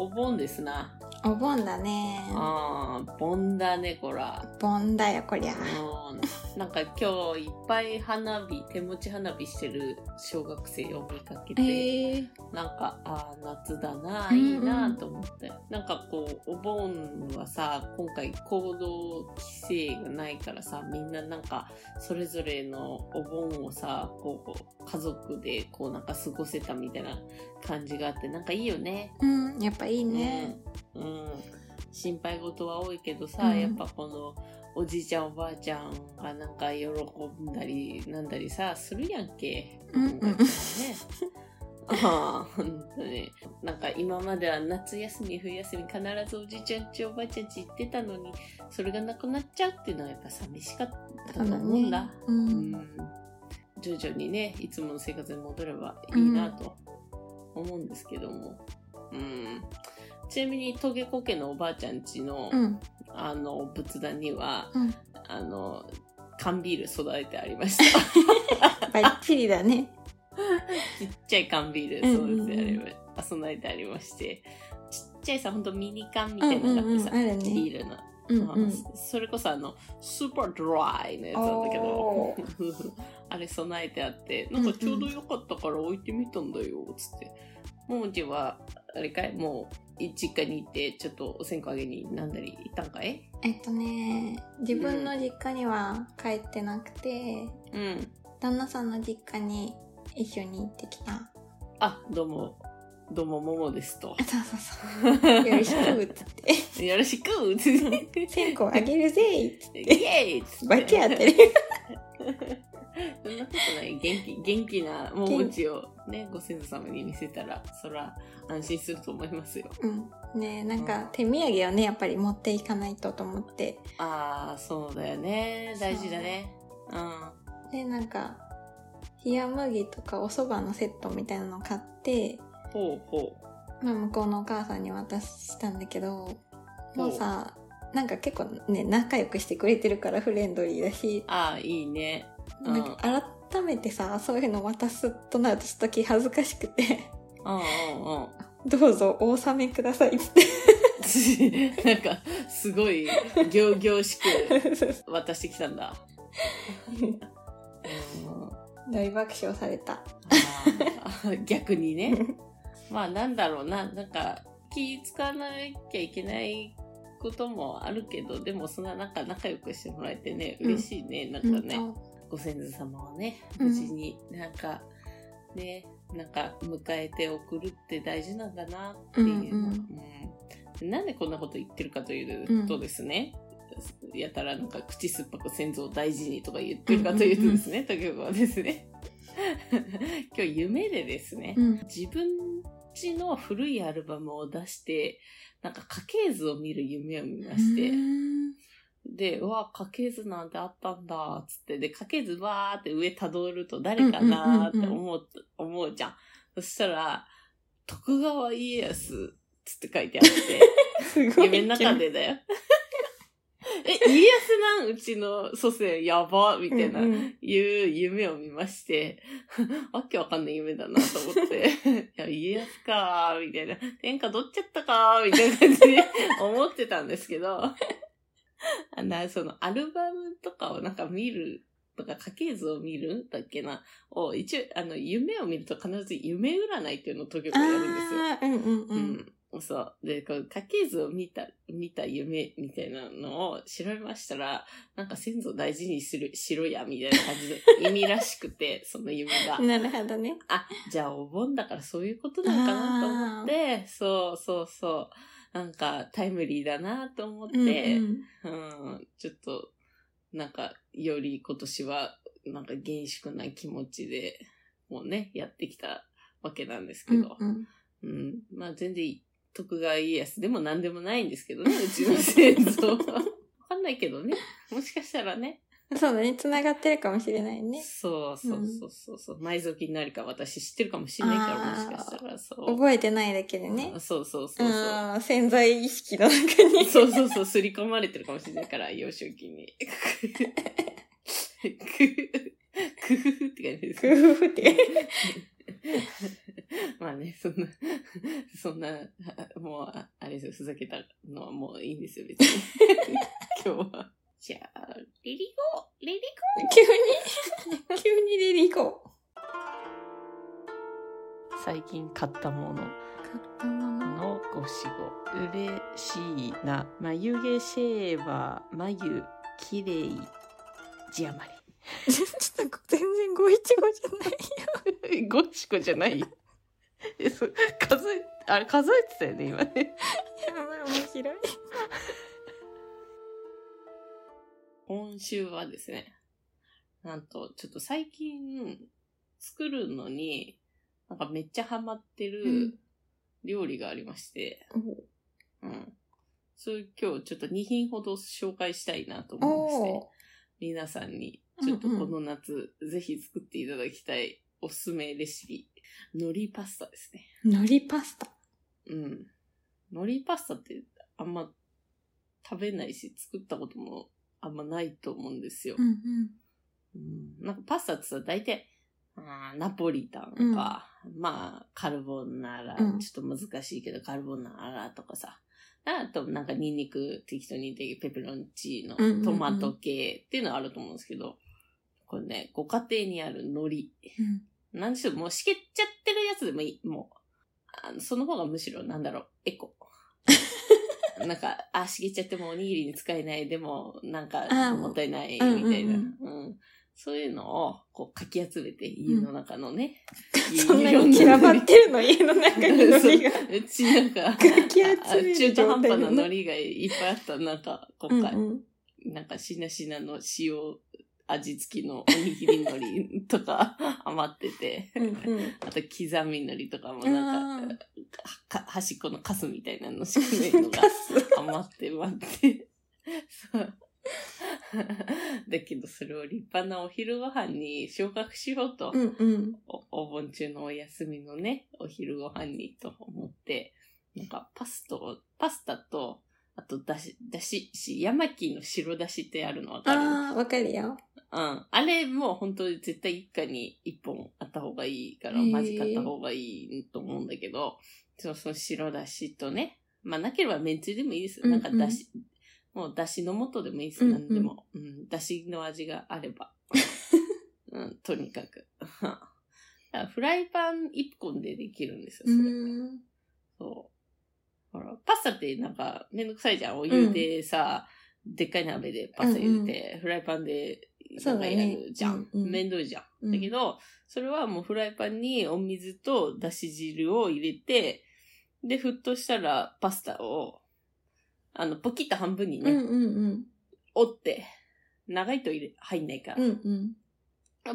お盆ですな。 お盆だね。 盆だね、こら。 盆だよ、こりゃ。 なんか今日いっぱい手持ち花火してる小学生を見かけて、なんか、夏だな、いいなと思って。なんかこう、お盆はさ、今回行動規制がないからさ、みんななんか、それぞれのお盆をさ、こう、家族でこうなんか過ごせたみたいな感じがあって、なんかいいよね。 やっぱいいね。 心配事は多いけどさ、やっぱこのおじいちゃんおばあちゃんがなんか喜んだりなんだりさするやんけ。本当になんか今までは夏休み冬休み必ずおじいちゃんちおばあちゃんち行ってたのにそれがなくなっちゃうっていうのはやっぱ寂しかったと思うんだ。徐々にねいつもの生活に戻ればいいなと思うんですけども。ちなみにトゲコ家のおばあちゃん家の、仏壇には、缶ビール備えてありました。 バッチリだね。 ちっちゃい缶ビール備えてありまして、ちっちゃいさほんとミニ缶みたいなのがあってさ、ビールの。それこそスーパードライのやつなんだけどあれ備えてあってなんかちょうどよかったから置いてみたんだよつってももちはあれかいもう実家に行ってちょっとお線香あげになんだり行ったんかい？ 自分の実家には帰ってなくて、旦那さんの実家に一緒に行ってきた。 どうもももですと。 そうよろしくっつってよろしくっつって線香あげるぜっつってイエーイっつってバチやってるそんなことない。元気なももちをねご先祖様に見せたらそら安心すると思いますよ。 なんか手土産をねやっぱり持っていかないとと思って。 そうだよね。大事だね。 でなんか冷麦とかお蕎麦のセットみたいなのを買って、向こうのお母さんに渡したんだけど、もうさなんか結構ね仲良くしてくれてるからフレンドリーだし、 いいね。 なんか改めてさそういうの渡すとなるとちょっと気恥ずかしくてどうぞお納めくださいっつってなんかすごい仰々しく渡してきたんだ。 大爆笑された。 逆にね。なんだろうな、なんか気使わなきゃいけないこともあるけど、でもそんななんか仲良くしてもらえてね、嬉しいね、なんかね、ご先祖様をね、無事になんかね、なんか迎えて送るって大事なんだなっていうの。なんでこんなこと言ってるかというとですね、やたらなんか口酸っぱく先祖を大事にとか言ってるかというとですね、時々はですね、今日夢でですね、自分家の古いアルバムを出して、なんか家系図を見る夢を見まして、で、家系図なんてあったんだ、つって、で、家系図わーって上辿ると誰かなーって思うじゃん。そしたら、徳川家康つって書いてあって、夢の中でだよ。家康なんうちの祖先やばみたいな、いう夢を見まして、わけわかんない夢だなと思って、いや、家康かーみたいな、天下取っちゃったかーみたいな感じで思ってたんですけど、そのアルバムとかをなんか見るとか家系図を見るだっけなを一応夢を見ると必ず夢占いっていうのを時々やるんですよ。そう。で、家系図を見た夢みたいなのを調べましたら、なんか先祖を大事にしろや、みたいな感じの意味らしくて、その夢が。 なるほどね。 じゃあお盆だからそういうことなのかなと思って、そう。なんかタイムリーだなと思って、ちょっと、なんか、より今年は、なんか厳粛な気持ちで、もうね、やってきたわけなんですけど。全然徳川家康でも何でもないんですけどね、うちの先祖は。わかんないけどね。もしかしたらね。 そうだね、繋がってるかもしれないね。 そう。埋蔵金なりか私知ってるかもしれないから、もしかしたらそう。 覚えてないだけでね。 そう。 潜在意識の中に。 そう、刷り込まれてるかもしれないから、幼少期に。クフフって感じです。 クフフって。 まあね、そんな、もう、あれですよ、ふざけたのはもういいんですよ、別に。今日は。じゃあ、リリゴ急にリリゴ最近買ったもののごしご。嬉しいな。眉毛シェーバー、眉、きれい、字余り。 ちょっと全然ごいちごじゃないよ。ごちごじゃないよ。数えてたよね、今ね。 やばい、面白い。 今週はですね、なんと、ちょっと最近、作るのに、なんかめっちゃハマってる料理がありまして、うん。それ今日ちょっと2品ほど紹介したいなと思いまして、皆さんにちょっとこの夏、ぜひ作っていただきたいおすすめレシピ、海苔パスタですね。 海苔パスタ。 うん。海苔パスタってあんま食べないし、作ったこともあんまないと思うんですよ。なんかパスタってさ、大体、ナポリタンか、まあ、カルボナーラ、ちょっと難しいけど、カルボナーラとかさ、あと、なんかニンニク適当に入れて、ペペロンチーノ、トマト系っていうのはあると思うんですけど、これね、ご家庭にある海苔。何しろもうしけっちゃってるやつでもいい。もう、その方がむしろエコ。なんか、しけっちゃってもおにぎりに使えない、でも、なんか、もったいない、みたいな。そういうのを、こう、かき集めて、家の中のね。 そんなに散らばってるの、家の中に海苔が。 うちなんか、 かき集める中途半端な海苔がいっぱいあった、なんか、今回、なんか、しなしなの塩味付きのおにぎり海苔とか余ってて、あと刻み海苔とかもなんか、端っこのカスみたいなのしかないのが余ってそう。だけどそれを立派なお昼ご飯に昇格しようと、お盆中のお休みのね、お昼ご飯にと思って、なんかパスタと、あとだし、ヤマキの白だしってあるのわかる？ わかるよ。 あれもう本当に絶対一家に一本あった方がいいから、マジ買った方がいいと思うんだけど、その白だしとね、まあなければめんつゆでもいいですよ。なんかだし、もうだしの素でもいいですよ。なんでも。だしの味があれば。とにかく。フライパン一本でできるんですよ、それ。そう。ほら、パスタってなんかめんどくさいじゃん。お湯でさ、でっかい鍋でパスタ入れて、フライパンでなんかやるじゃん。めんどいじゃん。だけど、それはもうフライパンにお水とだし汁を入れて、で、沸騰したらパスタを、ポキッと半分にね、折って、長いと入んないから。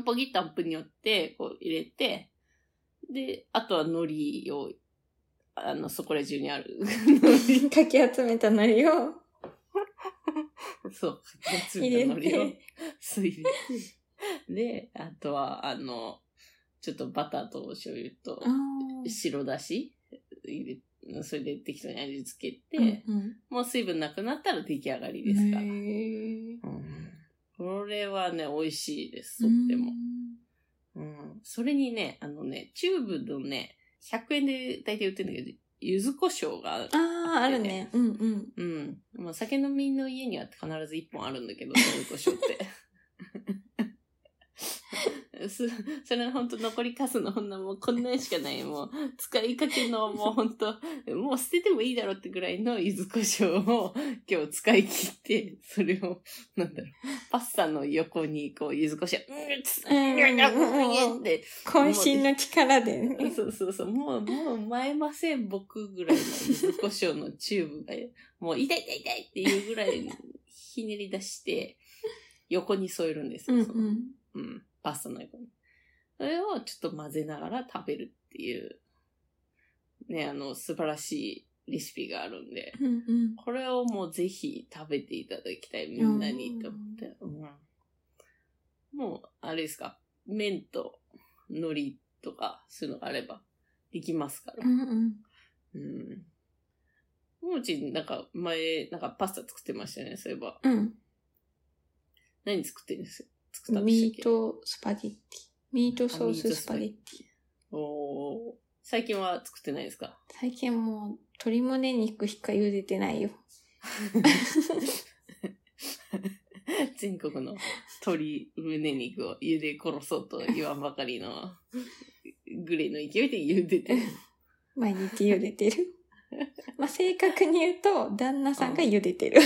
ポキッと半分に折って、こう入れて、で、あとは海苔を、そこら中にある。 かき集めた海苔を。 そう、かき集めた海苔を。そう入れて。で、あとは、ちょっとバターと醤油と、白だし入れて、それで適当に味付けて、もう水分なくなったら出来上がりですから。これはね、美味しいです、とっても。それにね、チューブのね、100円で大体売ってるんだけど、柚子胡椒があるね。 まあ、酒飲みの家には必ず1本あるんだけど、柚子胡椒って。それは本当残りかすのほんなもうこんなんしかない。もう使いかけのもう本当もう捨ててもいいだろうってぐらいの柚子胡椒を今日使い切って、それをパスタの横にこう柚子胡椒って渾身の力で、 ね、そうもう前ません僕ぐらいの柚子胡椒のチューブがもう痛いっていうぐらいひねり出して横に添えるんですよ。パスタの横に。それをちょっと混ぜながら食べるっていう、ね、素晴らしいレシピがあるんで、これをもうぜひ食べていただきたい、みんなにと思って。もう、あれですか、麺と海苔とか、そういうのがあればできますから。もうちなんか前、なんかパスタ作ってましたね、そういえば。何作ってるんですよ。 ミートスパゲッティ。ミートソーススパゲッティ。 好最近は作ってないですか？ 最近もう鶏胸肉しか茹でてないよ。 全国の鶏胸肉を茹で殺そうと言わんばかりのグレーの勢いで茹でてる。 毎日茹でてる。まあ、正確に言うと、旦那さんが茹でてる。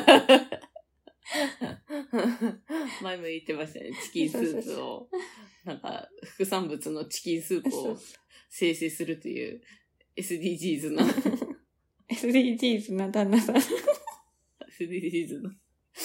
前も言ってましたね。チキンスープを、なんか、副産物のチキンスープを生成するという SDGs な。 SDGs な旦那さん。 SDGs の。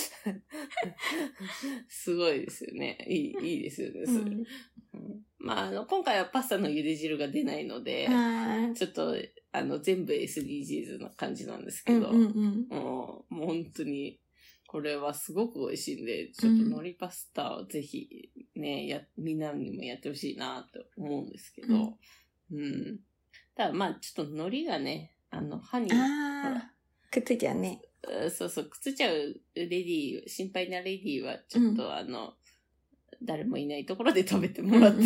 すごいですよね。いいですよね、それ。まあ、今回はパスタの茹で汁が出ないので、ちょっと、全部 SDGs な感じなんですけど、もう本当に、これはすごく美味しいんで、ちょっと海苔パスタをぜひね、みんなにもやってほしいなと思うんですけど、ただまあ、ちょっと海苔がね、歯に、 くっついちゃうね。 そうそう、くっついちゃうレディー、心配なレディーは、ちょっと誰もいないところで食べてもらって、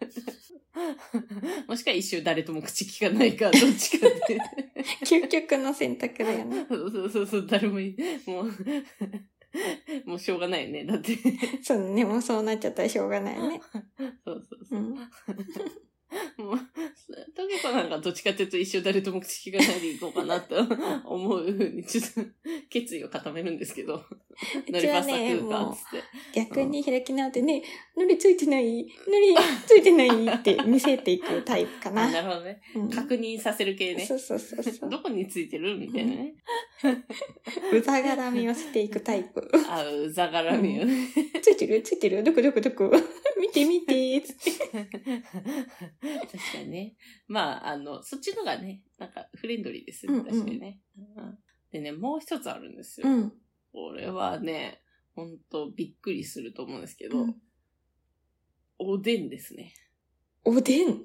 もしくは一生誰とも口聞かないか、どっちかって。 究極の選択だよね。 そう、誰ももうしょうがないよね、だって。 そうね、もうそうなっちゃったらしょうがないね。 そう。もう、トゲコなんかどっちかっていうと一生誰とも口聞かないでいこうかなと思うふうに、ちょっと決意を固めるんですけど。海苔パスタ食うかっつって。 逆に開き直ってね、海苔ついてないついてないって見せていくタイプかな。 なるほどね。確認させる系ね。 そう。 どこについてるみたいなね。 うざがらみをしていくタイプ。 うざがらみをね。 ついてるどこ見てつって。 確かにね。まあ、そっちのがね、なんかフレンドリーですね。確かにね。でね、もう一つあるんですよ。これはね、ほんとびっくりすると思うんですけど、おでんですね。 おでん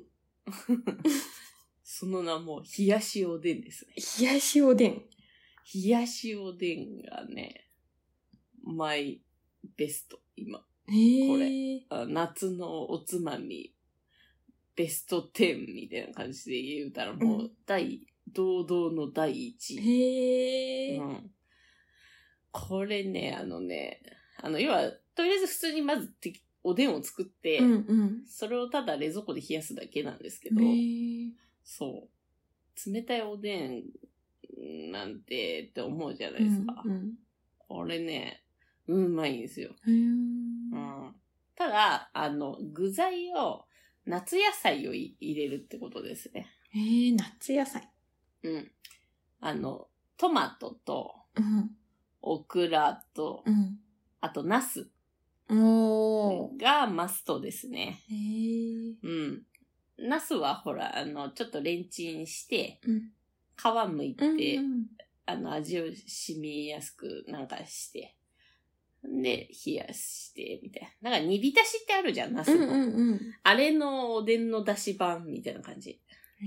その名も、冷やしおでんですね。 冷やしおでん。 冷やしおでんがね、マイベスト、今。これ。夏のおつまみ、ベスト10みたいな感じで言うたらもう、堂々の第一位。これね、要は、とりあえず普通にまずおでんを作って、それをただ冷蔵庫で冷やすだけなんですけど、そう。冷たいおでんなんてって思うじゃないですか。これね、うまいんですよ。ただ、具材を、夏野菜を入れるってことですね。 夏野菜。 トマトと、オクラと、あと、ナスがマストですね。ナスはほら、ちょっとレンチンして、皮剥いて、味を染みやすくなんかして、で、冷やして、みたいな。なんか煮浸しってあるじゃん、ナスの。あれのおでんの出し版みたいな感じ。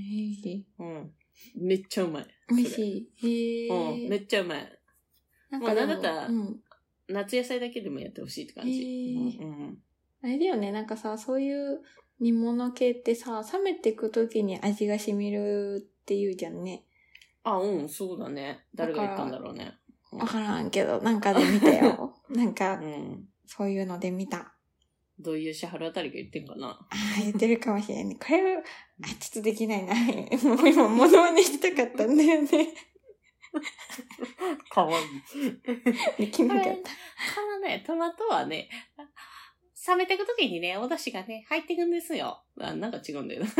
めっちゃうまい。 美味しい。 めっちゃうまい。もうなんだったら、夏野菜だけでもやってほしいって感じ。 あれだよね、なんかさ、そういう煮物系ってさ、冷めていくときに味が染みるって言うじゃんね。 そうだね。誰が言ったんだろうね。 わからんけど、なんかで見たよ。なんか、そういうので見た。 どういうシャハルあたりが言ってんかな。 言ってるかもしれない。これは、ちょっとできないな。もう今、物まねしたかったんだよね。 かわいい。 できなかった。 このね、トマトはね、冷めていくときにね、お出汁がね、入っていくんですよ。なんか違うんだよな。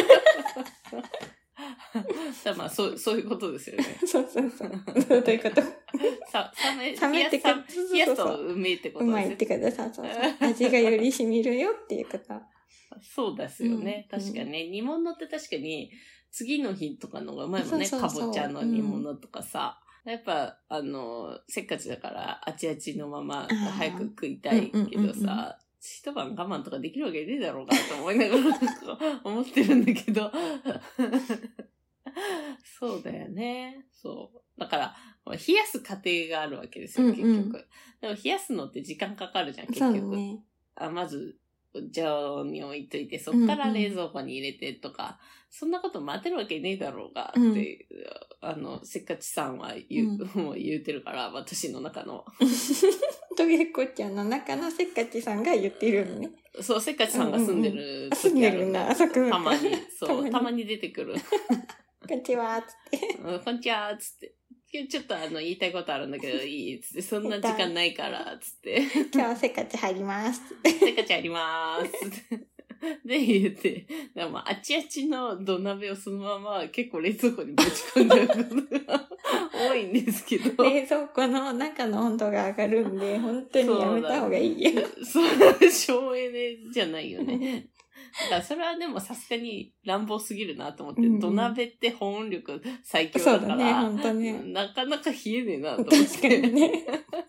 まあ、そういうことですよね。 そう。どういうこと冷めてく冷やすとうめえってことですね。 うまいってことさ、味がより染みるよっていうこと。 そうですよね。確かに。煮物って確かに、次の日とかのがうまいもんね。かぼちゃの煮物とかさ。やっぱ、せっかちだから、あちあちのまま早く食いたいけどさ、一晩我慢とかできるわけねえだろうかと思いながら思ってるんだけど。そうだよね。そう。だから、冷やす過程があるわけですよ、結局。でも冷やすのって時間かかるじゃん、結局。まず、 常温に置いといて、そっから冷蔵庫に入れてとか、そんなこと待てるわけねえだろうが、って、せっかちさんはもう言うてるから、私の中の。 トゲコちゃんの中のせっかちさんが言ってるのね。 そう、せっかちさんが住んでる時住んでるな、そこたまに、そう、たまに出てくる。 こんにちは、つって。 こんにちは、つって。ちょっと言いたいことあるんだけど、いいつって、そんな時間ないから、つって。 今日はせっかち入ります。 せっかち入ります。で、言って、でもあちあちの土鍋をそのまま結構冷蔵庫にぶち込んじゃうことが多いんですけど。 冷蔵庫の中の温度が上がるんで、本当にやめた方がいいよ。 そう、省エネじゃないよね。だからそれはでもさすがに乱暴すぎるなと思って、土鍋って保温力最強だから、 そうだね、本当ね。 なかなか冷えねえなと思って。 確かにね。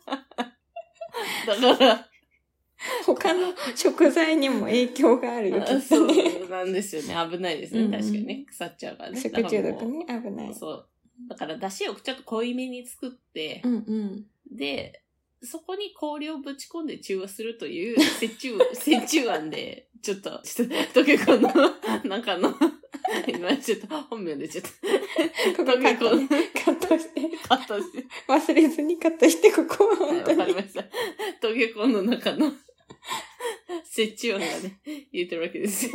だから、 他の食材にも影響があるよ、きっとね。 そうなんですよね。危ないですね。確かにね。腐っちゃうからね。 食中毒ね、危ない。 そう。だから、出汁をちょっと濃いめに作って、で、そこに氷をぶち込んで中和するという折衷案で、ちょっと、トゲコの中の、今ちょっと本名でちょっと、 ここカットして。忘れずにカットして、ここは本当に。 わかりました。トゲコの中の、折衷案がね、言ってるわけですよ。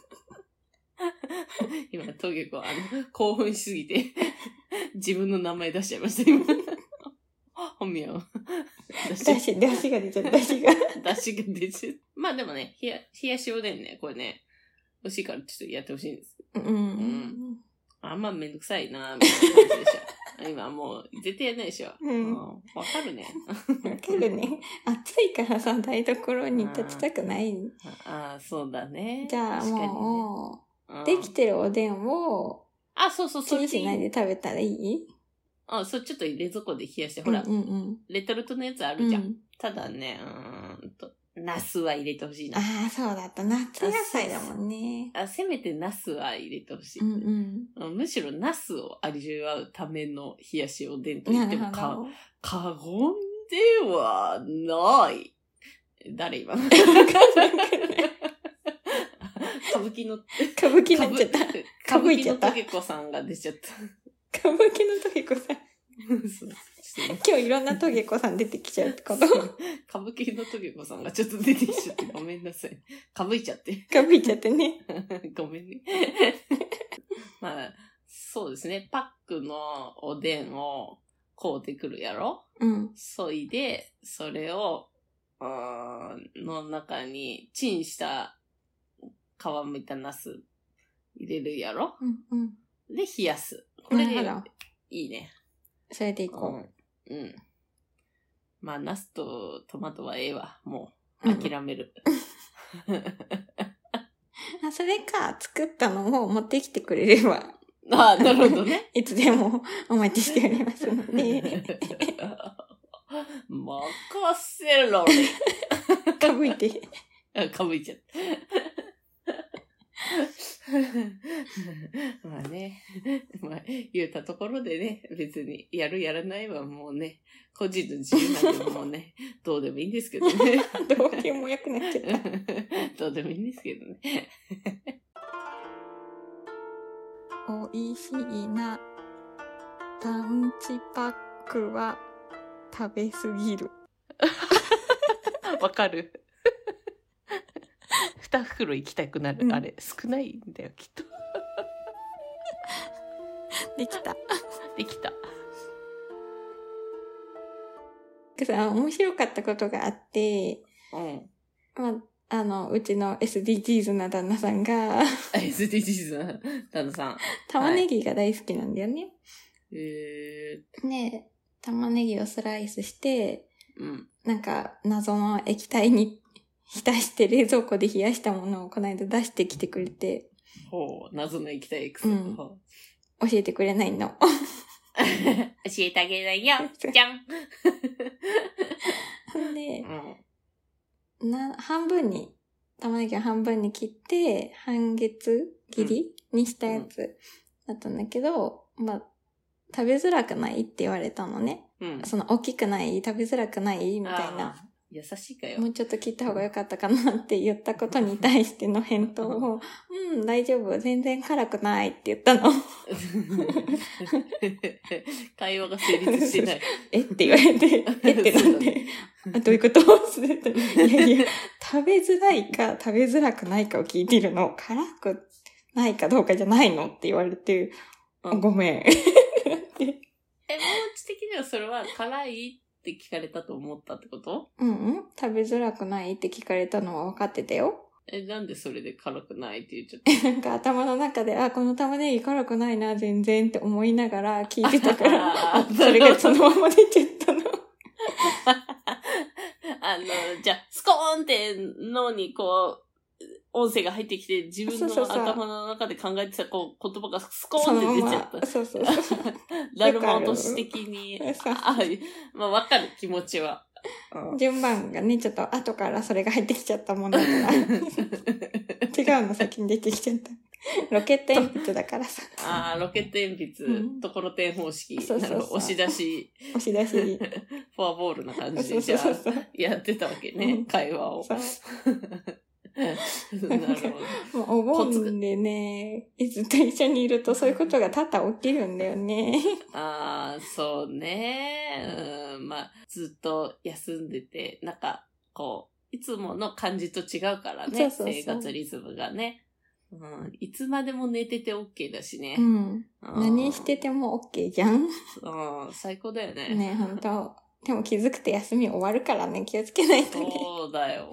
今、トゲコ興奮しすぎて、自分の名前出しちゃいました、今。本名を。 出汁が出ちゃった、出汁が出ちゃった。まあでもね、冷やしおでんね、これね、美味しいからちょっとやってほしいんです。あんまめんどくさいな、みたいな感じでしょ。今もう、絶対やんないでしょ。わかるね。 わかるね。暑いからさ、台所に立ちたくない。 ああ、そうだね。 じゃあもう、できてるおでんを、 そう。 気にしないで食べたらいい？ ちょっと冷蔵庫で冷やして、ほら、レトルトのやつあるじゃん。ただね、ナスは入れてほしいな。 そうだった。夏野菜だもんね。 せめてナスは入れてほしい。むしろナスを味わうための冷やしおでんと言っても過言ではない。誰今歌舞伎のになっちゃった。 歌舞伎のトゲコさんが出ちゃった。 歌舞伎のトゲコさん。今日いろんなトゲコさん出てきちゃうってこと？ 歌舞伎のトゲコさんがちょっと出てきちゃってごめんなさい。かぶいちゃって。 ね。 ごめんね。まあ、そうですね。パックのおでんを買うてくるやろ？そいで、それを、の中にチンした皮むいたナス入れるやろ？で、冷やす。これでいいね。 それでいこう。まあ、ナスとトマトはええわ。もう、諦める。 それか、作ったのを持ってきてくれれば。 なるほどね。 いつでもお待ちしておりますので。 任せろね。 かぶいて。 かぶいちゃった。まあね、言うたところでね、別にやるやらないはもうね、個人の自由なんでもうね、どうでもいいんですけどね。 どうでもよくなっちゃった。 どうでもいいんですけどね。 おいしいな。ランチパックは食べすぎる。 わかる。2袋行きたくなる。あれ、少ないんだよ、きっと。 できた。面白かったことがあって、うちの SDGs な旦那さんが、 SDGs な旦那さん。 玉ねぎが大好きなんだよね。 ね玉ねぎをスライスして、なんか謎の液体に浸して冷蔵庫で冷やしたものをこの間出してきてくれて。 謎の液体 X。 教えてくれないの。 教えてあげないよ。じゃん。 で、玉ねぎを半分に切って、半月切りにしたやつだったんだけど、食べづらくないって言われたのね。その大きくない、食べづらくないみたいな。 優しいかよ。 もうちょっと切った方が良かったかなって言ったことに対しての返答を、大丈夫、全然辛くないって言ったの。 会話が成立してない。 えって言われて、えってなんで、どういうこといやいや、食べづらいか食べづらくないかを聞いてるの。辛くないかどうかじゃないのって言われて、ごめん。 もうち的にはそれは辛いって聞かれたと思ったってこと？ 食べづらくないって聞かれたのは分かってたよ。 なんでそれで辛くないって言っちゃった？ なんか頭の中で、この玉ねぎ辛くないな、全然って思いながら聞いてたから、それがそのまま出ちゃったの。 じゃあ、スコーンって脳にこう、音声が入ってきて、自分の頭の中で考えてた言葉がスコーンって出ちゃった。 そう。 だるま落とし的に。まあ、わかる気持ちは。 順番がね、ちょっと後からそれが入ってきちゃったもんだから。違うの先に出てきちゃった。ロケット鉛筆だからさ。 ロケット鉛筆、ところてん方式。押し出し。 フォアボールな感じで、じゃあ、やってたわけね、会話を。なるほど。 お盆でね、ずっと一緒にいるとそういうことが多々起きるんだよね。 そうね。まあ、ずっと休んでて、なんか、こう、いつもの感じと違うからね。生活リズムがね。いつまでも寝てて OK だしね。 何してても OK じゃん。 最高だよね。 ね、ほんと。でも気づくと休み終わるからね、気をつけないとね。 そうだよ。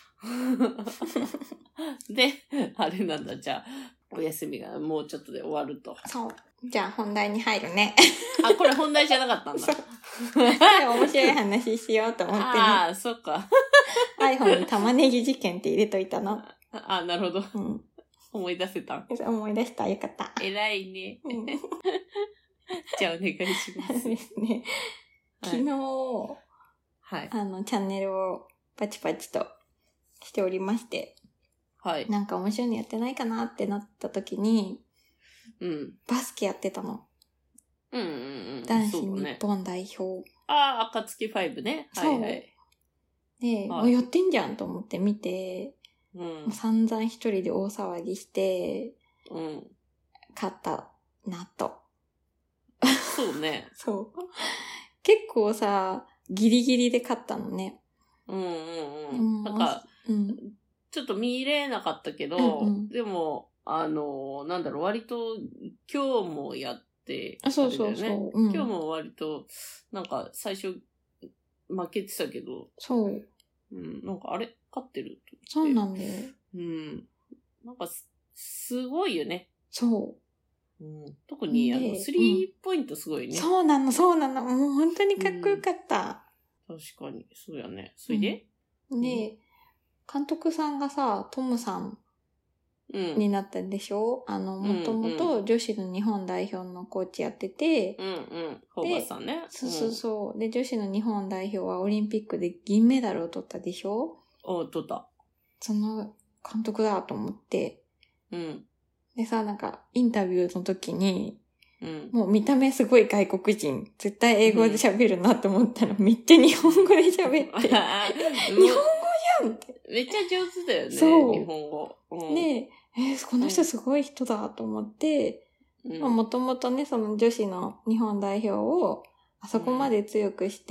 で、あれなんだ、じゃあ、お休みがもうちょっとで終わると。 そう。じゃあ本題に入るね。 これ本題じゃなかったんだ。 面白い話しようと思ってね。 そっか。 iPhone に玉ねぎ事件って入れといたの。 なるほど。思い出せた。 思い出した。よかった。 偉いね。じゃあお願いしますですね。昨日、チャンネルをパチパチとしておりまして、なんか面白いのやってないかなってなった時に、バスケやってたの。男子日本代表。 暁5ね。はいはい。 で、やってんじゃんと思って見て、散々一人で大騒ぎして、勝ったなと。 そうね。 そう。結構さ、ギリギリで勝ったのね。 なんか、ちょっと見れなかったけど、でも、なんだろう、割と今日もやって、 そう。 今日も割と、なんか最初負けてたけど、 そう。 なんかあれ勝ってると。 そうなんだよ。 なんかすごいよね。 そう。 特にスリーポイントすごいね。 そうなの。もう本当にかっこよかった。 確かに、そうやね。それで？ で、監督さんがさ、トムさんになったんでしょ？もともと女子の日本代表のコーチやってて、 ホーバスさんね。 そう。で、女子の日本代表はオリンピックで銀メダルを取ったでしょ？ 取った。 その監督だと思って。でさ、なんか、インタビューの時に、もう見た目すごい外国人、絶対英語で喋るなと思ったら、めっちゃ日本語で喋って、日本語じゃんって。 めっちゃ上手だよね、 そう日本語。 で、この人すごい人だと思って、もともとね、その女子の日本代表を、あそこまで強くして、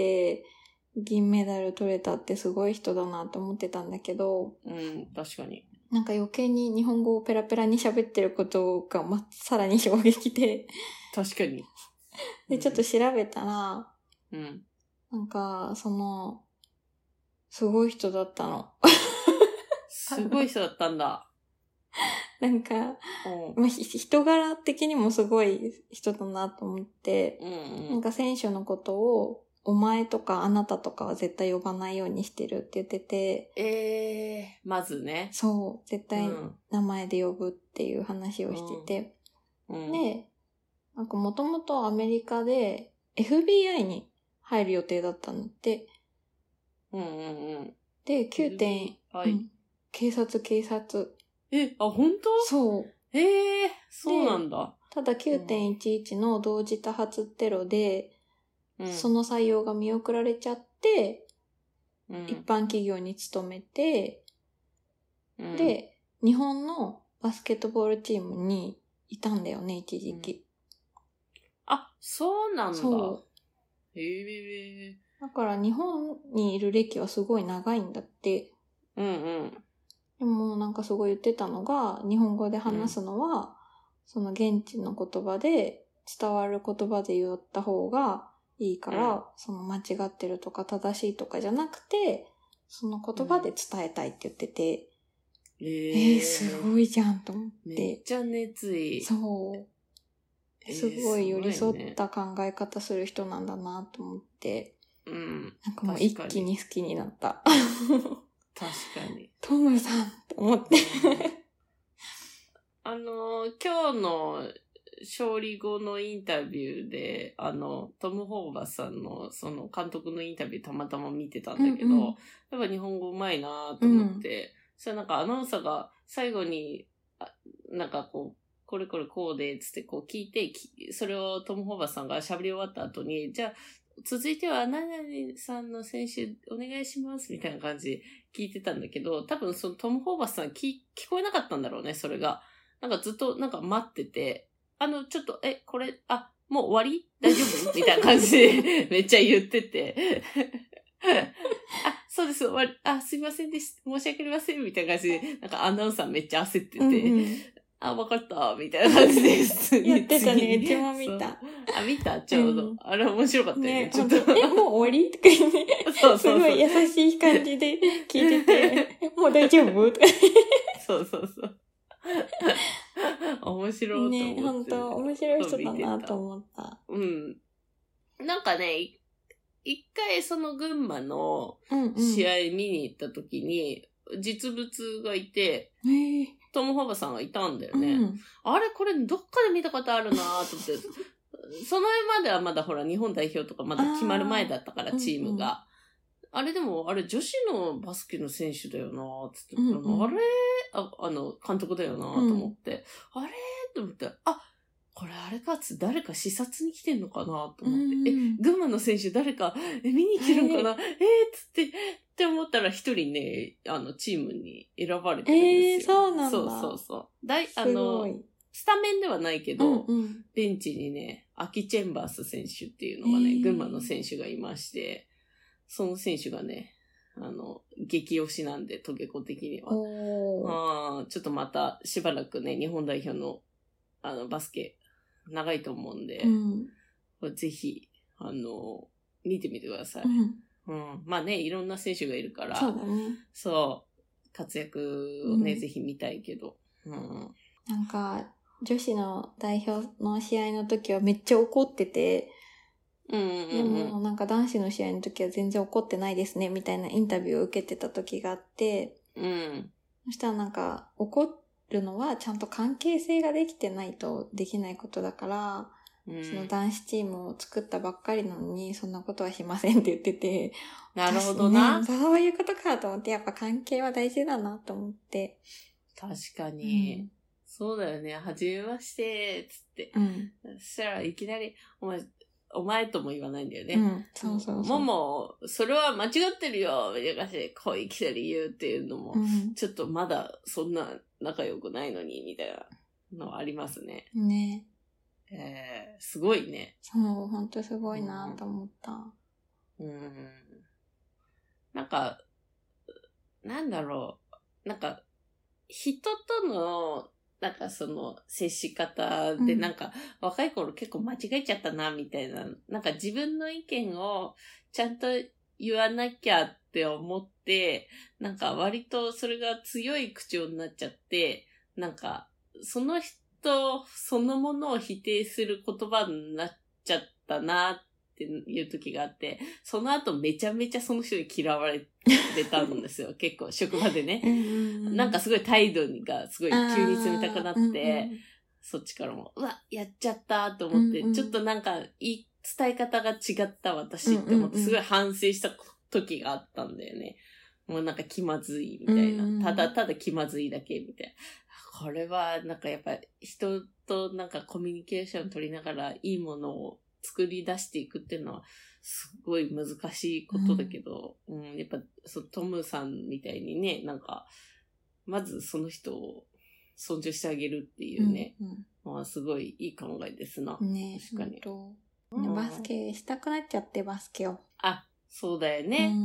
銀メダル取れたってすごい人だなと思ってたんだけど、 確かに。 なんか余計に日本語をペラペラに喋ってることが、さらに衝撃で。 確かに。 で、ちょっと調べたら、なんか、すごい人だったの。 すごい人だったんだ。 なんか、人柄的にもすごい人だなと思って、なんか選手のことを、お前とかあなたとかは絶対呼ばないようにしてるって言ってて。 まずね。 そう。絶対名前で呼ぶっていう話をしてて。で、なんかもともとアメリカで FBI に入る予定だったんだって。で、警察。 本当？ そう。 そうなんだ。 ただ 9.11 の同時多発テロで、その採用が見送られちゃって、 一般企業に勤めて、で、日本のバスケットボールチームにいたんだよね、一時期。 あ、そうなんだ。 そう。 へえ。 だから日本にいる歴はすごい長いんだって。でもなんかすごい言ってたのが、日本語で話すのは、その現地の言葉で伝わる言葉で言った方がいいから、その間違ってるとか正しいとかじゃなくて、その言葉で伝えたいって言ってて、すごいじゃんと思って。 めっちゃ熱意。 そう。すごい寄り添った考え方する人なんだなと思って、なんかもう一気に好きになった。 確かに。 トムさんと思って。 今日の勝利後のインタビューで、トム・ホーバスさんのその監督のインタビューたまたま見てたんだけど、やっぱ日本語うまいなと思って、それなんかアナウンサーが最後に、なんかこれこうで、つってこう聞いて、それをトム・ホーバスさんが喋り終わった後に、じゃあ、続いては何々さんの選手お願いしますみたいな感じで聞いてたんだけど、多分そのトム・ホーバスさん聞こえなかったんだろうね、それが。なんかずっとなんか待ってて、ちょっと、これ、もう終わり大丈夫みたいな感じでめっちゃ言ってて。そうです、終わり、すいませんでした。申し訳ありません。みたいな感じで、なんかアナウンサーめっちゃ焦ってて、わかった、みたいな感じです。 やってたね、うちも見た。 見たちょうど。あれ面白かったよね。 ちょっと。もう終わりとか言って。そう。すごい優しい感じで聞いてて、もう大丈夫とか。 そう。面白いと思って。 ね、本当面白い人だなと思った。 なんかね、一回その群馬の試合見に行った時に、実物がいて、トム・ホーバスさんがいたんだよね。あれこれどっかで見たことあるなと思って。その前まではまだほら日本代表とかまだ決まる前だったからチームが。あれでも、あれ女子のバスケの選手だよなつって、あれ監督だよなと思って、あれと思って、これあれかつ誰か視察に来てんのかなと思って、群馬の選手誰か、見に来てるのかなつって思ったら一人ね、チームに選ばれてるんですよ。 そうなんだ。 そう。スタメンではないけど、ベンチにね、アキ・チェンバース選手っていうのがね、群馬の選手がいまして、その選手がね、激推しなんで、トゲコ的には。ちょっとまたしばらくね、日本代表の、バスケ、長いと思うんで、ぜひ、見てみてください。まあね、いろんな選手がいるから、そう、活躍をね、ぜひ見たいけど。 なんか、女子の代表の試合の時はめっちゃ怒ってて、でもなんか男子の試合の時は全然怒ってないですねみたいなインタビューを受けてた時があって、そしたらなんか怒るのはちゃんと関係性ができてないとできないことだから、その男子チームを作ったばっかりなのにそんなことはしませんって言ってて、 なるほどな、 ね、そういうことかと思って、やっぱ関係は大事だなと思って。 確かに、そうだよね、はじめましてつって、そしたらいきなりお前とも言わないんだよね。そう。もう、それは間違ってるよみたいな感じで、こういきなり言うっていうのも、ちょっとまだそんな仲良くないのに、みたいなのはありますね。 ね。 すごいね。 そう、ほんとすごいなと思った。 なんか、なんだろう。なんか、人との、なんかその接し方でなんか若い頃結構間違えちゃったなみたいな、なんか自分の意見をちゃんと言わなきゃって思って、なんか割とそれが強い口調になっちゃって、なんかその人そのものを否定する言葉になっちゃったなっていう時があって、その後めちゃめちゃその人に嫌われてたんですよ。結構職場でね。なんかすごい態度がすごい急に冷たくなって、そっちからも、うわ、やっちゃったと思って、ちょっとなんか伝え方が違った私って思って、すごい反省した時があったんだよね。もうなんか気まずいみたいな。ただ気まずいだけみたいな。これはなんかやっぱ人となんかコミュニケーション取りながらいいものを作り出していくっていうのは、すごい難しいことだけど、やっぱ、トムさんみたいにね、なんか、まずその人を尊重してあげるっていうね、まあ、すごいいい考えですな。 ね、確かに。バスケしたくなっちゃって、バスケを。 あ、そうだよね。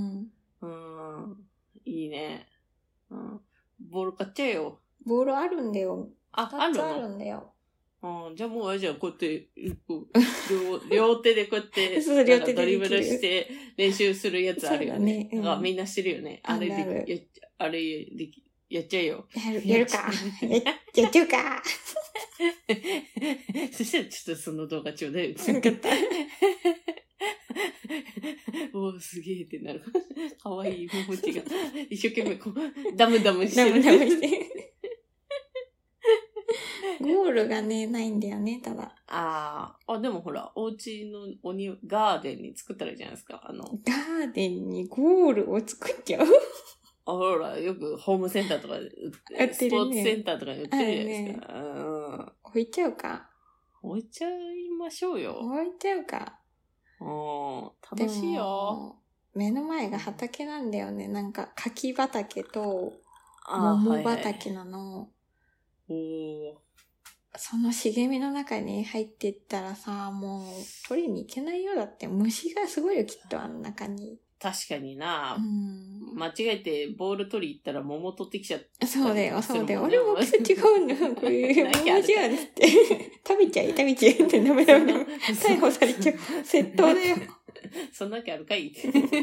いいね。ボール買っちゃえよ。 ボールあるんだよ。 あるの？ あるんだよ。 じゃあもう、こうやって、両手でこうやって、 そう、両手でドリブルして練習するやつあるよね。 そうだね。 みんなしてるよね。あれやっちゃえよ。 やるか。やっちゃうか。 そしたらちょっとその動画ちょうだい。おー、すげえってなる。かわいいももちが。一生懸命こう、ダムダムしてる。 ダムして。ゴールがね、ないんだよね、ただ。 でもほら、お家のガーデンに作ったらいいじゃないですか。 ガーデンにゴールを作っちゃうほら、よくホームセンターとかで売ってる、ね、スポーツセンターとかに売ってるじゃないですか。 置いちゃうか。 置いちゃいましょうよ。 置いちゃうか。 楽しいよ。 目の前が畑なんだよね。なんか、柿畑と、桃畑なの。その茂みの中に入ってったらさ、もう取りに行けないよ。だって虫がすごいよ、きっとあの中に。 確かにな。間違えてボール取り行ったら桃取ってきちゃった。 そうだよ、そうだよ。俺も大きさ違うんだよ。これ、桃じゃんって。食べちゃいってダメダメ。逮捕されちゃう。窃盗だよ。 そんなわけあるかい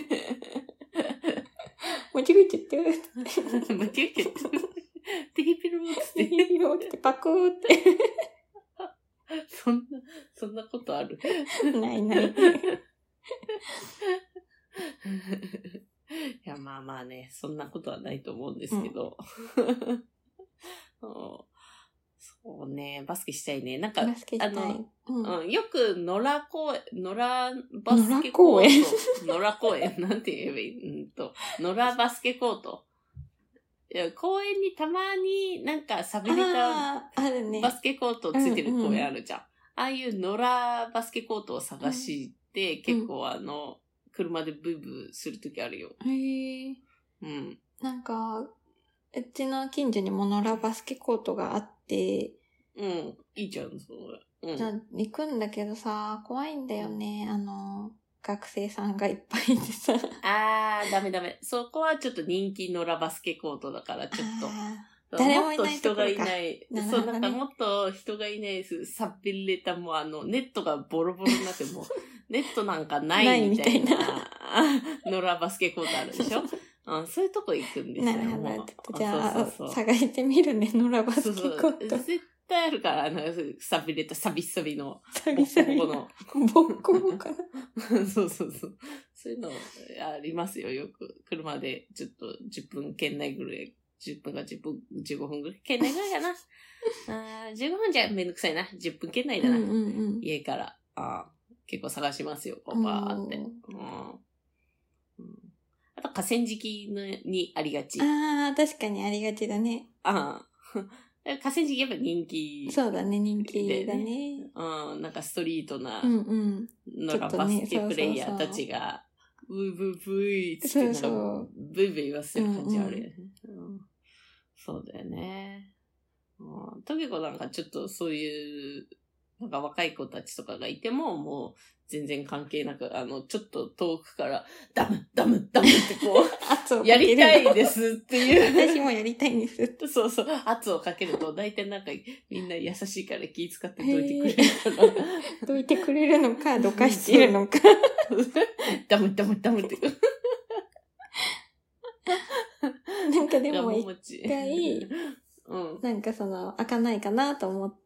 間違えちゃった。 間違えちゃった。テヒピローって。 テヒピローってパクーって。 そんなことある？ ないない。 いや、まあまあね、そんなことはないと思うんですけど。そうね、バスケしたいね。なんか、 バスケしたい。 よく野良バスケコート。野良公園なんて言えばいい野良バスケコート。いや、公園にたまになんか寂れたバスケコートついてる公園あるじゃん。ああいう野良バスケコートを探して、結構車でブーブーするときあるよ。 へえ。なんか、うちの近所にも野良バスケコートがあって、 いいじゃん、それ。 じゃあ、行くんだけどさ、怖いんだよね。学生さんがいっぱいいてさ。 ダメ。そこはちょっと人気野良バスケコートだから、ちょっと。 誰もいないもっと人がいない。そう、 なるほどねなんかもっと人がいないです。さっぴれた、もうネットがボロボロになっても、ネットなんかないみたいな野良バスケコートあるでしょそういうとこ行くんですよ。 なるほど。じゃあ、探してみるね、野良バスケコート。 絶対あるから、さびれたサビサビの。 サビサビの。ボッコボコかな。 そう。そういうのありますよ、よく。車でちょっと10分圏内ぐらい。10分か15分ぐらい。圏内ぐらいかな。15分じゃめんどくさいな。10分圏内だな。家から。結構探しますよ、バーって。あと河川敷にありがち。 確かにありがちだね。 河川敷やっぱ人気。 そうだね、人気だね。 なんかストリートな、なんかバスケプレイヤーたちが、ブーブーブーって、ブーブー言わせる感じあるよね。そうだよね。トゲコなんかちょっとそういう、なんか若い子たちとかがいても、もう全然関係なく、ちょっと遠くから、ダムってこう、やりたいですっていう。 私もやりたいんです。 そう、圧をかけると、大体なんかみんな優しいから気遣ってどいてくれるから。 どいてくれるのか、どかしているのか。 ダムって。 なんかでも一回、なんか開かないかなと思って、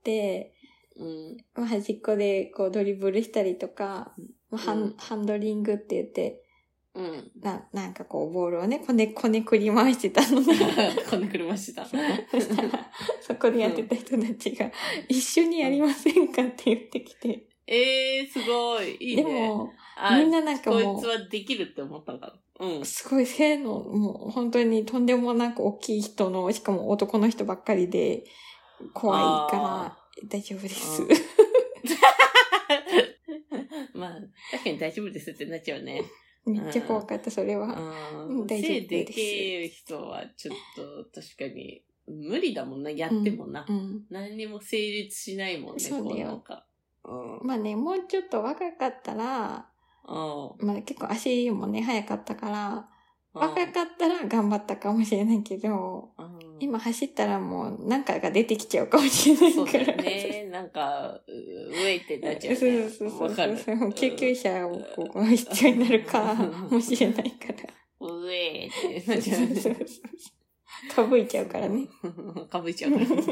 端っこでこうドリブルしたりとか、ハンドリングって言って、なんかこうボールをね、こねくり回してたのね。 こねくり回してた。 そしたら、そこでやってた人たちが、一緒にやりませんかって言ってきて。 すごい。いいね。 でも、みんななんかもう、 こいつはできるって思ったのかな。 すごい背の、もう本当にとんでもなく大きい人の、しかも男の人ばっかりで、怖いから大丈夫です。 まあ、確かに大丈夫ですってなっちゃうね。 めっちゃ怖かった、それは。 大丈夫です。背でけえ人はちょっと確かに無理だもんな、やってもな。何にも成立しないもんね、 そうだよ。まあね、もうちょっと若かったら、まあ結構足もね、速かったから、若かったら頑張ったかもしれないけど、今走ったらもう何かが出てきちゃうかもしれないから。 そうだね。なんか、上ってなっちゃう、ね。 そう。救急車をこう必要になるかもしれないから。 上ってなっちゃう、ね。 かぶいちゃうからね。 かぶいちゃうからね。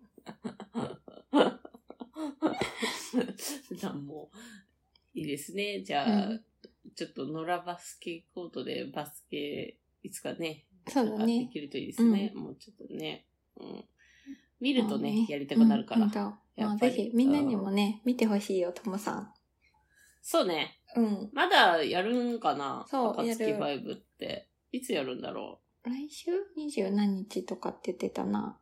もう、いいですね。じゃあ、ちょっと野良バスケコートでバスケ、いつかね。 そうだね。 できるといいですね。もうちょっとね。見るとね、やりたくなるから。 まあ、ぜひ、みんなにもね、見てほしいよ、ともさん。 そうね。まだやるんかな？ そう、 暁5って。いつやるんだろう？来週20何日とかって言ってたな。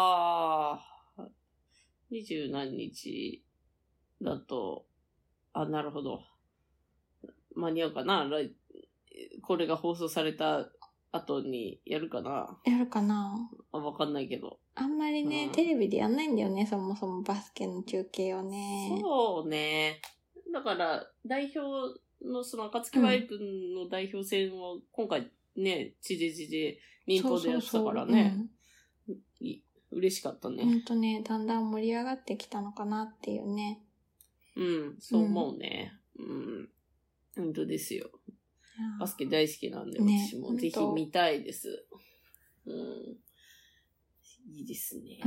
20何日だと、なるほど。間に合うかな？これが放送された後にやるかな？ やるかな？ わかんないけど。 あんまりね、テレビでやんないんだよね、そもそもバスケの中継をね。 そうね。だから、代表のその暁ワイプの代表戦を今回ね、地デジで民放でやってたからね。嬉しかったね。 ほんとね、だんだん盛り上がってきたのかなっていうね。 そう思うね。本当ですよ。バスケ大好きなんで、私もぜひ見たいです。いいですね。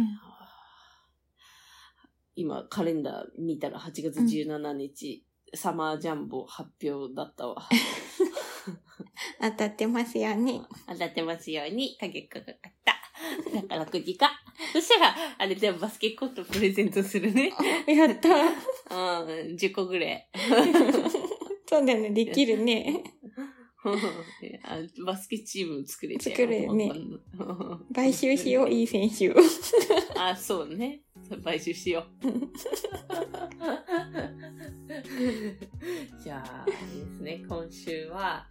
今、カレンダー見たら8月17日、サマージャンボ発表だったわ。 当たってますように。 当たってますように、影がかかった。だから9時か。そしたら、あれでバスケコートプレゼントするね。 やった。 10個ぐらい。 そうだね、できるね。 バスケチーム作れちゃう。 作れるね。買収しよう、いい選手。 そうね。買収しよう。じゃあ、いいですね。今週は、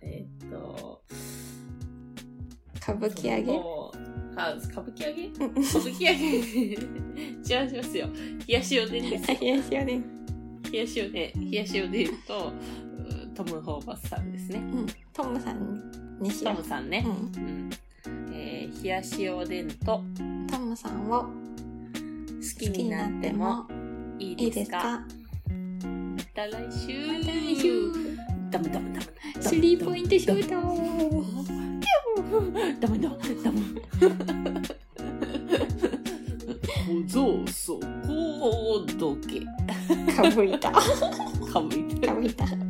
歌舞伎揚げ歌舞伎揚げ歌舞伎揚げ違いますよ。冷やしおでんです。 冷やしおでん。 冷やしおでん。冷やしおでんと、トム・ホーバスさんですね。 トムさんにしよう。 トムさんね。冷やしおでんと、 トムさんを好きになってもいいですか？また来週。ダムダムダム。 スリーポイントシュートー。 ダメ。小僧そこどけ。 かぶいた。 かぶいた。